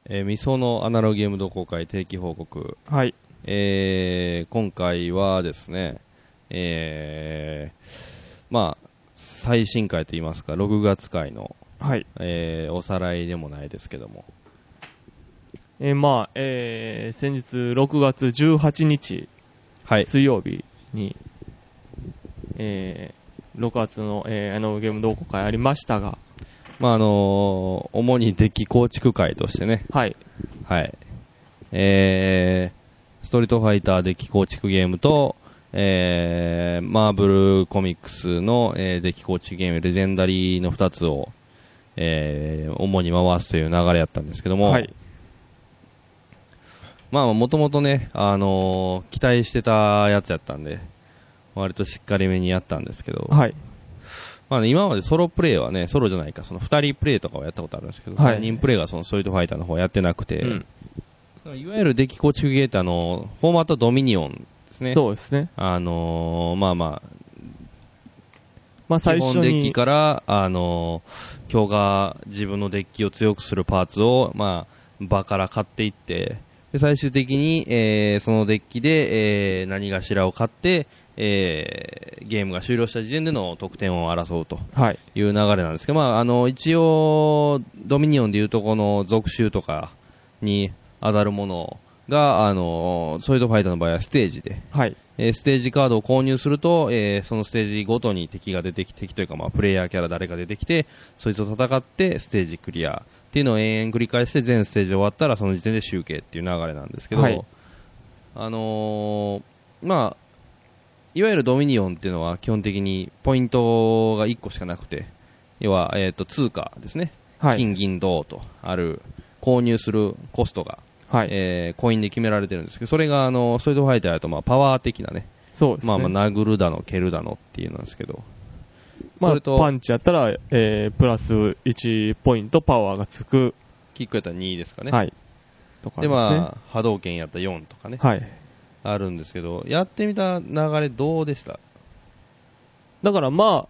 みそのアナログゲーム同好会定期報告。 はい。 今回はですね、まあ、最新回といいますか、6月回の、 はい。 おさらいでもないですけども。 先日6月18日、 はい。 水曜日に、6月の、アナログゲーム同好会ありましたが、 主にデッキ構築会としてね、 はい。 はい。ストリートファイターデッキ構築ゲームと、マーブルコミックスの、デッキ構築ゲーム、レジェンダリーの2つを、主に回すという流れやったんですけども、 はい。 もともとね、期待してたやつやったんで、割としっかりめにやったんですけど、 はい。 今までソロプレイはね、ソロじゃないか、その2人プレイとかはやったことあるんですけど、 はい 3人プレイがそのストリートファイターの方やってなくて、 うん。 いわゆるデッキ構築ゲーってフォーマットドミニオンですね。 そうですね。最初に。 基本デッキから、今日が自分のデッキを強くするパーツを、場から買っていって、で最終的に、そのデッキで、何かしらを買って、ゲームが終了した時点での得点を争うという流れなんですけど、一応、ドミニオンでいうとこの属州とかに当たるものが、ソリッドファイターの場合はステージで、 はい。 ステージカードを購入すると、そのステージごとに敵が出てきて、敵というかプレイヤーキャラ誰か出てきて、そいつと戦ってステージクリアっていうのを延々繰り返して全ステージ終わったらその時点で集計っていう流れなんですけど、 はい。 いわゆるドミニオンっていうのは基本的にポイントが1個しかなくて、要は、通貨ですね。 はい。 金銀銅とある購入するコストが、 はい。 コインで決められてるんですけど、それがストリートファイターだとパワー的なね、 そうですね。 殴るだの、蹴るだのっていうのなんですけど、 それとパンチやったら、プラス1ポイントパワーがつく。 キックやったら2ですかね。 はい。とかで、 ですね。 波動拳やったら4とかね。 はい。 あるんですけど、やってみた流れどうでした？ だからいわ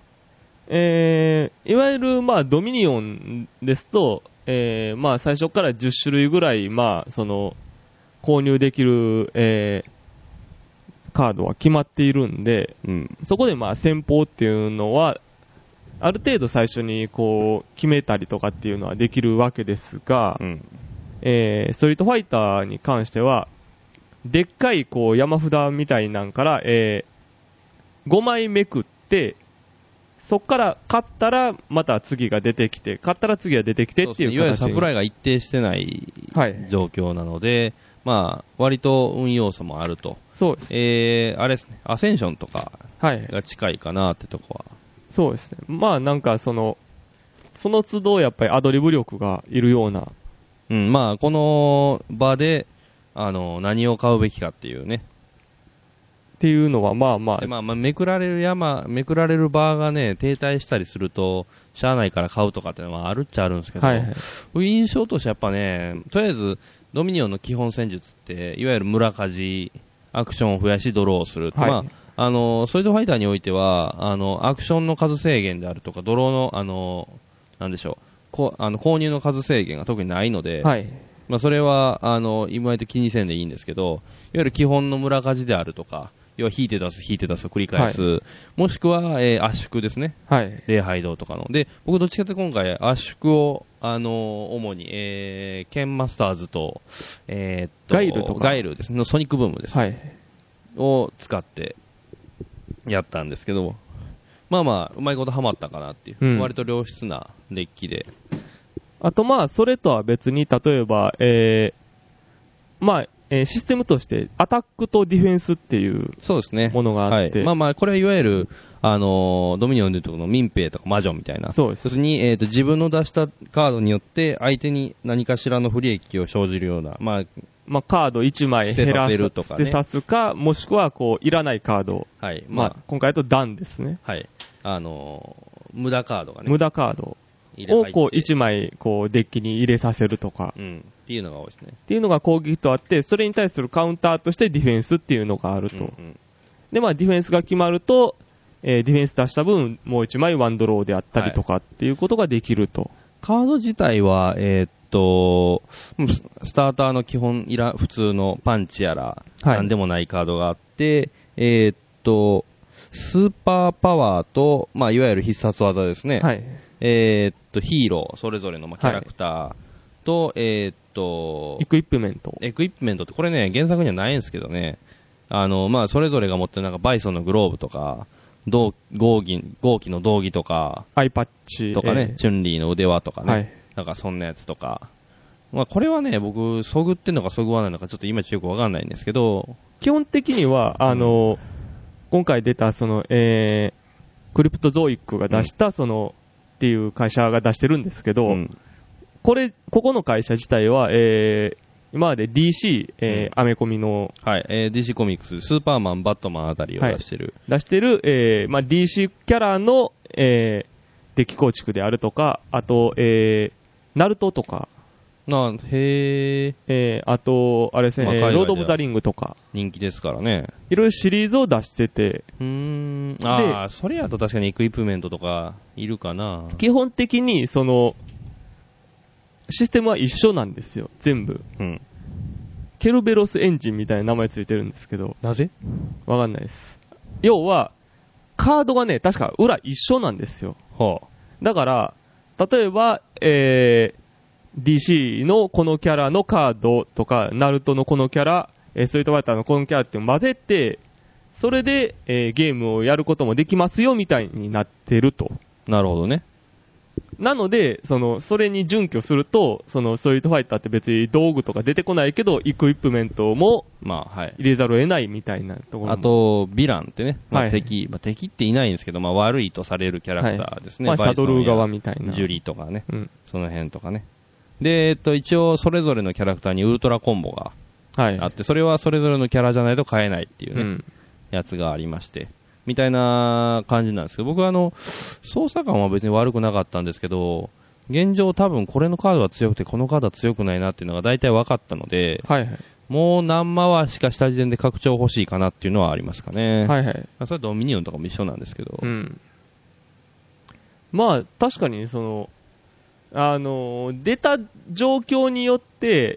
ゆるドミニオンですと、最初から10種類ぐらい、購入できる、カードは決まっているんで、そこで戦法っていうのは、ある程度最初に決めたりとかっていうのはできるわけですが、ストリートファイターに関しては、でっかい山札みたいなんから、5枚めくって、そっから勝ったらまた次が出てきて、勝ったら次が出てきてっていう形に。 いわゆるサプライが一定してない状況なので、割と運要素もあると。 そうです。 あれですね、アセンションとかが近いかなってとこは。 そうですね。その都度やっぱりアドリブ力がいるような。 この場で、何を買うべきかっていうね。 っていうのはめくられるバーがね、停滞したりすると、しゃあないから買うとかってのはあるっちゃあるんですけど、印象としてやっぱね、とりあえず、ドミニオンの基本戦術って、いわゆる村かじ、アクションを増やしドローする。ストリートファイターにおいては、アクションの数制限であるとか、ドローの、なんでしょう、購入の数制限が特にないので、それは、今まで気にせんでいいんですけど、いわゆる基本の村かじであるとか、要は引いて出すを繰り返す。もしくは、圧縮ですね。礼拝堂とかの。で、僕どっちかというと今回圧縮を、主に、ケンマスターズと、 ガイルとか。 ガイルですね。ソニックブームです。を使ってやったんですけど、うまいことハマったかなっていう。割と良質なデッキで。 あとそれとは別に、例えば、システムとしてアタックとディフェンスっていうものがあって、 これはいわゆるドミニオンでいうとこの民兵とか魔女みたいな、 そうです。 要するに、自分の出したカードによって相手に何かしらの不利益を生じるような、 カード1枚減らすとか、捨てさすか、もしくはいらないカード、今回だとダンですね。 無駄カードがね。 無駄カードを1枚デッキに入れさせるとか、 っていうのが多いですね。 っていうのが攻撃とあって、それに対するカウンターとしてディフェンスっていうのがあると。で、ディフェンスが決まると、ディフェンス出した分、もう1枚ワンドローであったりとかっていうことができると。 カード自体は、 スターターの基本普通のパンチやら、 はいなんでもないカードがあって、スーパーパワーと、まあ、いわゆる必殺技ですね。 はい。 ヒーロー、それぞれのまあキャラクターと、 エクイプメント。 エクイプメントって、これね、原作にはないんですけどね、まあ、それぞれが持ってるなんかバイソンのグローブとか、豪気の道着とか、 アイパッチとかね、チュンリーの腕輪とかね、 はい、 なんかそんなやつとか、まあ、これはね、僕、そぐってんのかそぐわないのか、ちょっといまいちよくわかんないんですけど、 基本的には、今回出た、クリプトゾーイックが出した、っていう会社が出してるんですけど、ここの会社自体は、今まで DC、アメコミの、 はい、DC コミックス、スーパーマン、バットマンあたりを出してる。 出してる、まあ、DC キャラの、デッキ構築であるとか、あと、ナルトとか、あと、あれですね、ロード・オブ・ザ・リングとか。 人気ですからね。 いろいろシリーズを出してて。 それやと確かにエクイプメントとかいるかな。 基本的に、システムは一緒なんですよ、全部。ケルベロスエンジンみたいな名前ついてるんですけど。 なぜ？ わかんないです。要は、カードがね、確か裏一緒なんですよ。だから、例えば、DC のこのキャラのカードとか、ナルトのこのキャラ、ストリートファイターのこのキャラって混ぜて、それで、ゲームをやることもできますよみたいになってると。 なるほどね。 なので、それに準拠すると、ストリートファイターって別に道具とか出てこないけど、エクイプメントも入れざるを得ないみたいなところ。 あと、ヴィランってね、敵っていないんですけど、まあ、悪いとされるキャラクターですね。 シャドル側みたいな。 ジュリーとかね、その辺とかね。で、一応、それぞれのキャラクターにウルトラコンボがあって、それはそれぞれのキャラじゃないと買えないっていうね、やつがありまして、みたいな感じなんですけど、僕は操作感は別に悪くなかったんですけど、現状多分これのカードは強くて、このカードは強くないなっていうのが大体分かったので、もう何回しかした時点で拡張欲しいかなっていうのはありますかね。それはドミニオンとかも一緒なんですけど。 まあ、確かに出た状況によって、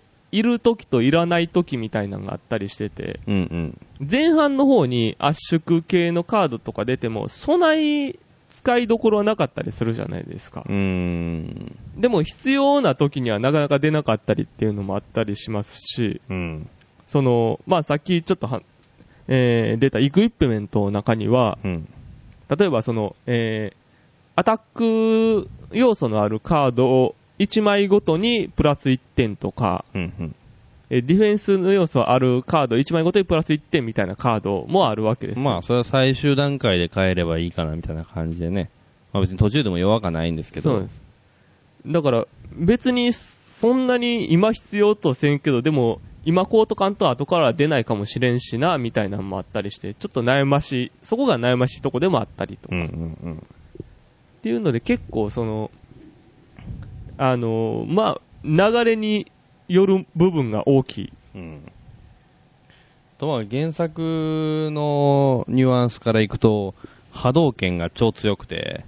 いるときといらないときみたいなのがあったりしてて、前半の方に圧縮系のカードとか出ても、そない使いどころはなかったりするじゃないですか。でも必要なときにはなかなか出なかったりっていうのもあったりしますし、まあさっきちょっと出たエクイプメントの中には、例えばアタック要素のあるカードを1枚ごとにプラス1点とか、ディフェンスの要素あるカード1枚ごとにプラス1点みたいなカードもあるわけです。 まあ、それは最終段階で変えればいいかなみたいな感じでね。まあ別に途中でも弱くないんですけど。 そうです。だから別にそんなに今必要とせんけど、でも今こうとかんと後から出ないかもしれんしな、みたいなのもあったりして、ちょっと悩ましい、そこが悩ましいとこでもあったりとか。っていうので結構まあ、流れによる部分が大きい。 とは原作のニュアンスからいくと、波動拳が超強くて、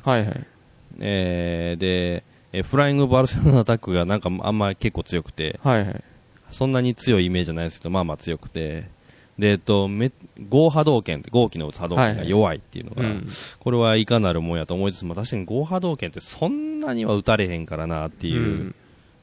で、フライングバルセロナアタックがなんかあんまり結構強くて、そんなに強いイメージじゃないですけど、まあまあ強くて、で、合波動拳って、合気の波動拳が弱いっていうのが、これはいかなるもんやと思いつつも、確かに合波動拳ってそんなには打たれへんからなっていう、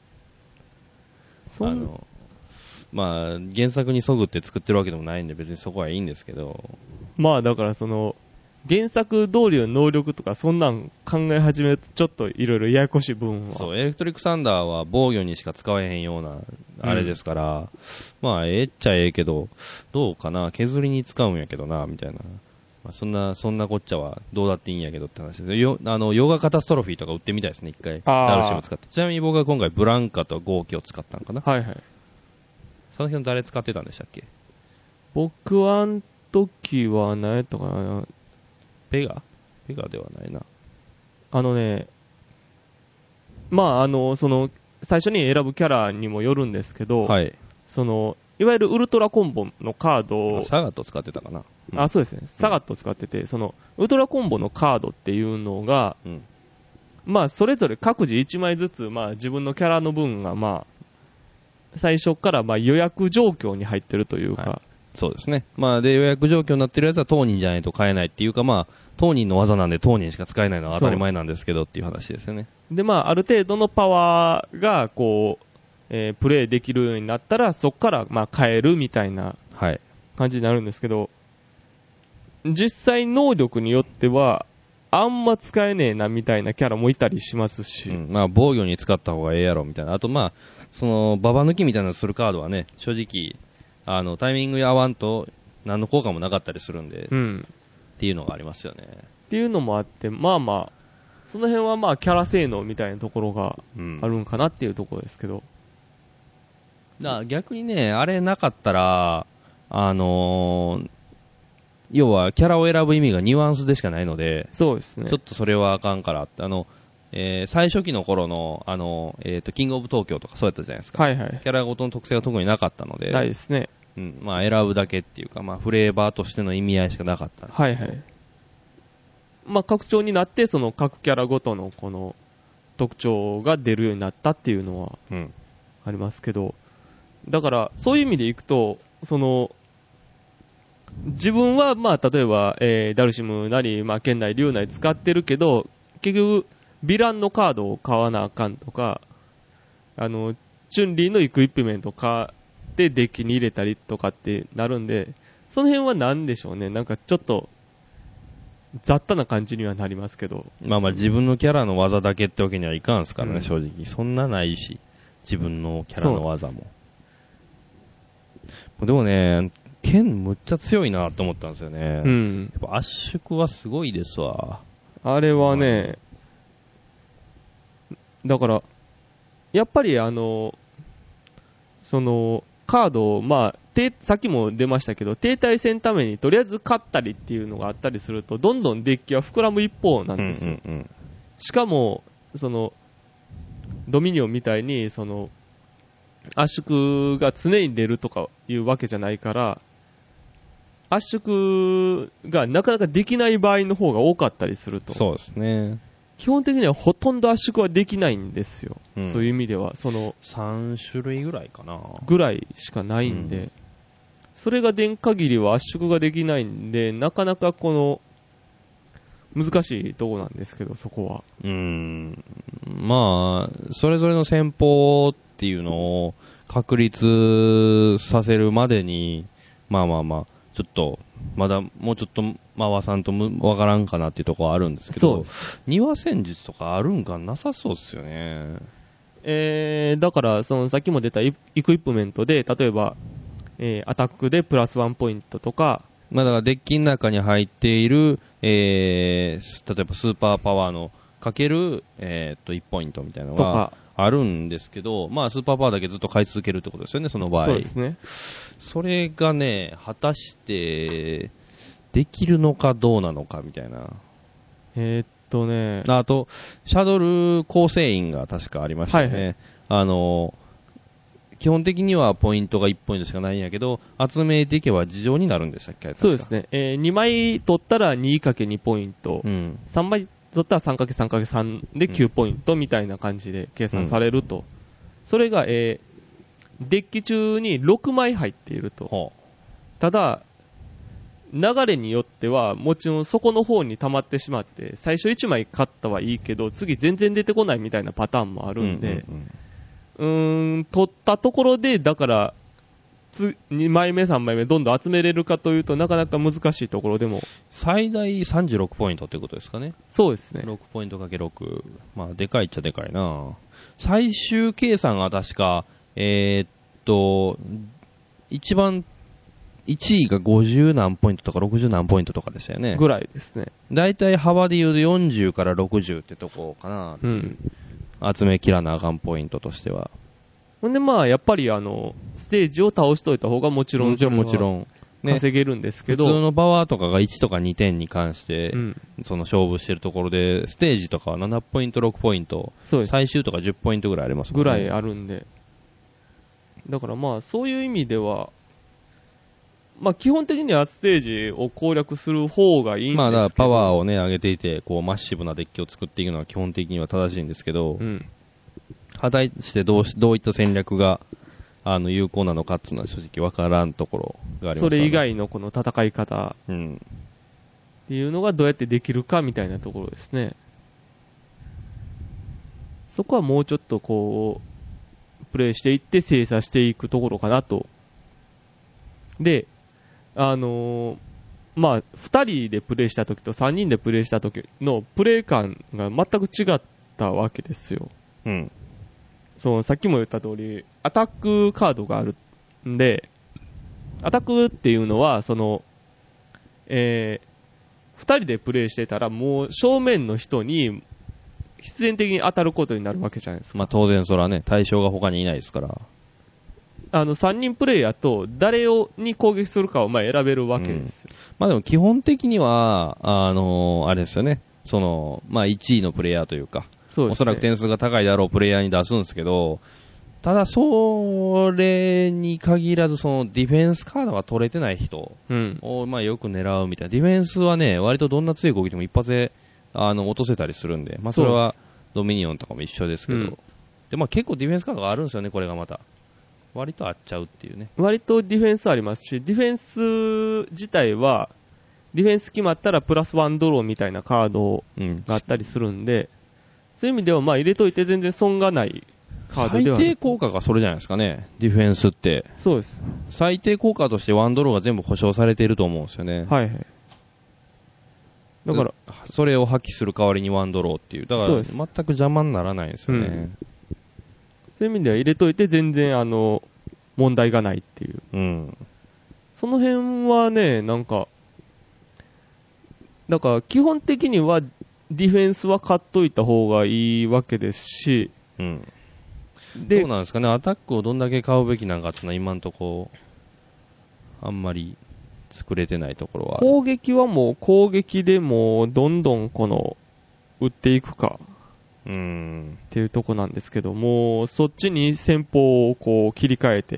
まあ、原作にそぐって作ってるわけでもないんで、別にそこはいいんですけど。 まあ、だから原作通りの能力とか、そんなん考え始めると、ちょっといろいろややこしい部分は。 そう、エレクトリックサンダーは防御にしか使えへんような、あれですから、まあ、ええっちゃええけど、どうかな、削りに使うんやけどな、みたいな。まあ、そんなこっちゃはどうだっていいんやけどって話です。ヨガカタストロフィーとか売ってみたいですね、一回。ダルシム使って。ちなみに僕は今回ブランカと合気を使ったのかな。その辺誰使ってたんでしたっけ？ 僕はあの時は何やったかな。 ペガではないな。 まあ最初に選ぶキャラにもよるんですけど、いわゆるウルトラコンボのカードを、 サガット使ってたかな。 そうですね。サガット使ってて、ウルトラコンボのカードっていうのが、 まあ、それぞれ各自1枚ずつ、まあ、自分のキャラの分が、まあ、最初からまあ予約状況に入ってるというか、 はい、そうですね。まあ、で、予約状況になってるやつは当人じゃないと買えないっていうか、まあ、当人の技なんで当人しか使えないのは当たり前なんですけどっていう話ですよね。 で、まあ、ある程度のパワーが、こう、プレイできるようになったら、そこから、まあ、変えるみたいな感じになるんですけど、実際能力によっては、あんま使えねえなみたいなキャラもいたりしますし。 うん、まあ、防御に使った方がええやろみたいな。あと、まあ、その、ババ抜きみたいなのするカードはね、正直、タイミング合わんと、何の効果もなかったりするんで、 うん。 っていうのがありますよね。 っていうのもあって、まあまあ、その辺はまあ、キャラ性能みたいなところがあるんかなっていうところですけど。 だから逆にね、あれなかったら、要はキャラを選ぶ意味がニュアンスでしかないので、 そうですね。 ちょっとそれはあかんからって、最初期の頃の、キングオブ東京とかそうやったじゃないですか。 はいはい。 キャラごとの特性が特になかったので、 ないですね。 うん、まあ選ぶだけっていうか、まあフレーバーとしての意味合いしかなかった。 はいはい。まあ拡張になって、その各キャラごとのこの特徴が出るようになったっていうのはありますけど、だからそういう意味でいくと、その、自分は、まあ、例えば、ダルシムなり、まあ、剣内、竜内使ってるけど、結局、ヴィランのカードを買わなあかんとか、チュンリーのエクイプメントを買ってデッキに入れたりとかってなるんで、その辺は何でしょうね。なんかちょっと、雑多な感じにはなりますけど。 まあまあ自分のキャラの技だけってわけにはいかんすからね、 うん、 正直。そんなないし、自分のキャラの技も。でもね、剣むっちゃ強いなと思ったんですよね。 うん。 やっぱ圧縮はすごいですわ。 あれはね、だから、やっぱりその、カードを、まあ、さっきも出ましたけど、停滞せんためにとりあえず勝ったりっていうのがあったりすると、どんどんデッキは膨らむ一方なんですよ。 うんうんうん、 しかも、その、ドミニオンみたいに、その、圧縮が常に出るとかいうわけじゃないから、圧縮がなかなかできない場合の方が多かったりすると。 そうですね。 基本的にはほとんど圧縮はできないんですよ。 うん、 そういう意味では、その、 3種類ぐらいかな。 ぐらいしかないんで、うん、それが出ん限りは圧縮ができないんで、なかなかこの、難しいとこなんですけど、そこは。 まあ、それぞれの戦法っていうのを確立させるまでに、まあまあまあ、ちょっと、まだもうちょっと回さんとわからんかなっていうところはあるんですけど、庭戦術とかあるんかなさそうですよね。 だから、そのさっきも出たエクイプメントで、例えば、アタックでプラス1ポイントとか、 まあだからデッキの中に入っている、例えばスーパーパワーのかける、1ポイントみたいなのがあるんですけど、まあスーパーパワーだけずっと買い続けるってことですよね、その場合。 そうですね。 それがね、果たしてできるのかどうなのかみたいな。あと、シャドル構成員が確かありましたよね。はいはい、基本的にはポイントが1ポイントしかないんやけど、集めていけば自情になるんでしたっけ？ そうですね。2枚取ったら 2×2 ポイント、 うん、 3枚取ったら 3×3×3 で9ポイントみたいな感じで計算されると。それが、デッキ中に6枚入っていると。ただ、流れによっては、もちろんそこの方に溜まってしまって、最初1枚買ったはいいけど、次全然出てこないみたいなパターンもあるんで、取ったところで、だから、2枚目、3枚目、どんどん集めれるかというとなかなか難しいところでも。 最大36ポイントということですかね。 そうですね。 6ポイント ×6。まあ、でかいっちゃでかいな。最終計算が確か、一番、1位が50何ポイントとか60何ポイントとかでしたよね。 ぐらいですね。 だいたい幅で言うと40から60ってとこかな。 うん。 集めきらなあかんポイントとしては。 ほんでまあ、やっぱりステージを倒しといた方がもちろん。稼げるんですけど、 普通のパワーとかが1とか2点に関して、その勝負してるところで、ステージとかは7ポイント、6ポイント、最終とか10ポイントぐらいありますもんね。 ぐらいあるんで。だからまあ、そういう意味では、 まあ基本的にはステージを攻略する方がいいんですけど。 まあだからパワーをね、上げていて、こうマッシブなデッキを作っていくのは基本的には正しいんですけど、 うん。 果たしてどういった戦略が、有効なのかっていうのは正直わからんところがあります、 それ以外のこの戦い方っていうのがどうやってできるかみたいなところですね。そこはもうちょっとこう、プレイしていって精査していくところかなと。で、まあ、2人でプレイした時と3人でプレイした時のプレイ感が全く違ったわけですよ。 うん。 さっきも言った通り、アタックカードがあるんで、アタックっていうのは、2人でプレイしてたら、もう正面の人に必然的に当たることになるわけじゃないですか。 まあ当然それはね、対象が他にいないですから。 3人プレイヤーと誰に攻撃するかを選べるわけですよ。 まあでも基本的には、あれですよね。まあ1位のプレイヤーというか、 そうですね、 おそらく点数が高いであろうプレイヤーに出すんですけど、ただそれに限らず、ディフェンスカードが取れてない人を、まあよく狙うみたいな。ディフェンスはね、割とどんな強い攻撃でも一発で、落とせたりするんで、まあそれはドミニオンとかも一緒ですけど、で、まあ結構ディフェンスカードがあるんですよね、これがまた。割と合っちゃうっていうね。 割とディフェンスありますし、ディフェンス自体は、ディフェンス決まったらプラスワンドローみたいなカードがあったりするんで、そういう意味ではまあ入れといて全然損がないカードではある。 最低効果がそれじゃないですかね、ディフェンスって。 そうです。 最低効果としてワンドローが全部保証されていると思うんですよね。 はいはい。だから、 それを破棄する代わりにワンドローっていう。だから全く邪魔にならないんですよね。 そういう意味では入れといて全然問題がないっていう。その辺はね、だから基本的にはディフェンスは買っといた方がいいわけですし、 で、どうなんですかね、アタックをどんだけ買うべきなんかっていうのは今んとこあんまり作れてないところはある。 攻撃はもう攻撃でもうどんどん打っていくか。っていうとこなんですけども、そっちに戦法を切り替えて、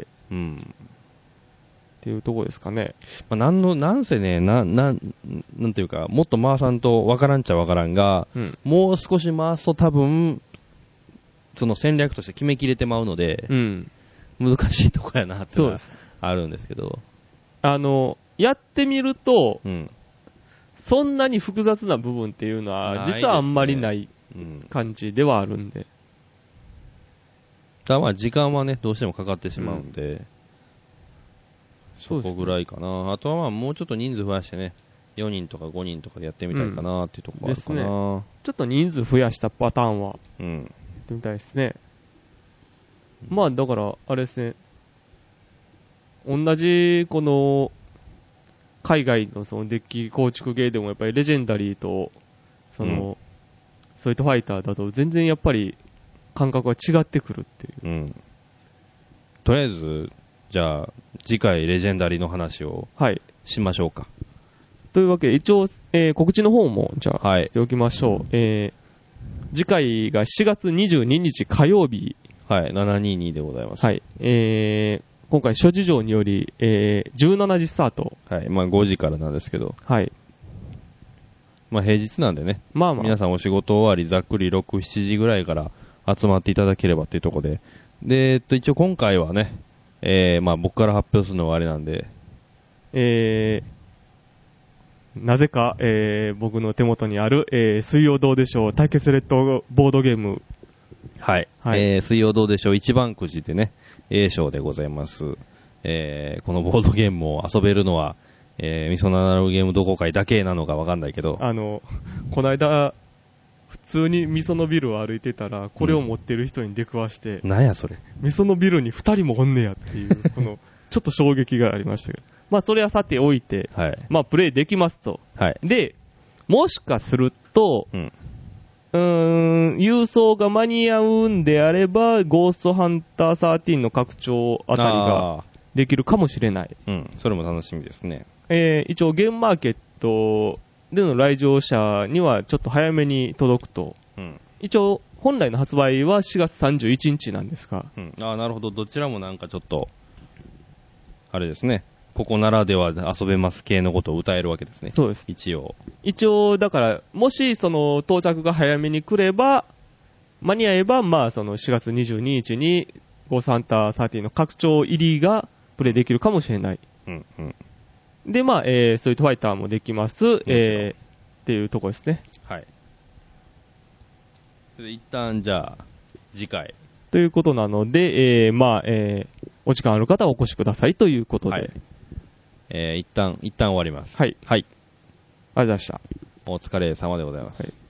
っていうとこですかね。 まあ、なんせね、なんていうか、もっと回さんとわからんちゃわからんが、もう少し回すと多分、その戦略として決めきれてまうので、難しいとこやなっていうのはあるんですけど。 やってみると、そんなに複雑な部分っていうのは、実はあんまりない感じではあるんで。 ただまあ時間はね、どうしてもかかってしまうんで、そこぐらいかな。あとはまあもうちょっと人数増やしてね、4人とか5人とかでやってみたいかなっていうところあるかな、 ですね。ちょっと人数増やしたパターンは、やってみたいですね。まあだから、あれですね。同じ、海外のそのデッキ構築ゲーでもやっぱりレジェンダリーと、ストリートファイターだと全然やっぱり感覚が違ってくるっていう。 とりあえず、じゃあ、次回レジェンダリーの話をしましょうか。 というわけで、一応、告知の方も、じゃあ、しておきましょう。次回が7月22日火曜日。 はい、722でございます。 はい。今回諸事情により、17時スタート。 はい、まあ5時からなんですけど。 はい。 まあ平日なんでね。 まあまあ。 皆さんお仕事終わりざっくり6、7時ぐらいから集まっていただければというところで。で、一応今回はね、まあ僕から発表するのはあれなんで。 なぜか、僕の手元にある、水曜どうでしょう対決レッドボードゲーム。 はい。水曜どうでしょう一番くじでね、A 賞でございます。このボードゲームを遊べるのは、みそなアナログゲーム同好会だけなのかわかんないけど。 この間、普通にみそのビルを歩いてたら、これを持ってる人に出くわして、 なんやそれ。 みそのビルに2人もおんねやっていう、ちょっと衝撃がありましたけど。まあそれはさておいて、まあプレイできますと。で、もしかすると、郵送が間に合うんであれば、ゴーストハンター13の拡張あたりができるかもしれない。 それも楽しみですね。 一応ゲームマーケットでの来場者にはちょっと早めに届くと。一応、本来の発売は4月31日なんですが。 なるほど。どちらもなんかちょっと、あれですね。 ここならではで遊べます系のことを歌えるわけですね。 そうです。 一応。 一応、だから、もし、その、到着が早めに来れば、間に合えば、まあ、その4月22日に、ゴーサンタ30の拡張入りがプレイできるかもしれない。 うんうん。 で、まあ、ストリートファイターもできます。っていうところですね。 はい。一旦、じゃあ、次回。 ということなので、お時間ある方はお越しくださいということで。 はい、一旦終わります。 はい。 はい。 ありがとうございました。 お疲れ様でございます。 はい。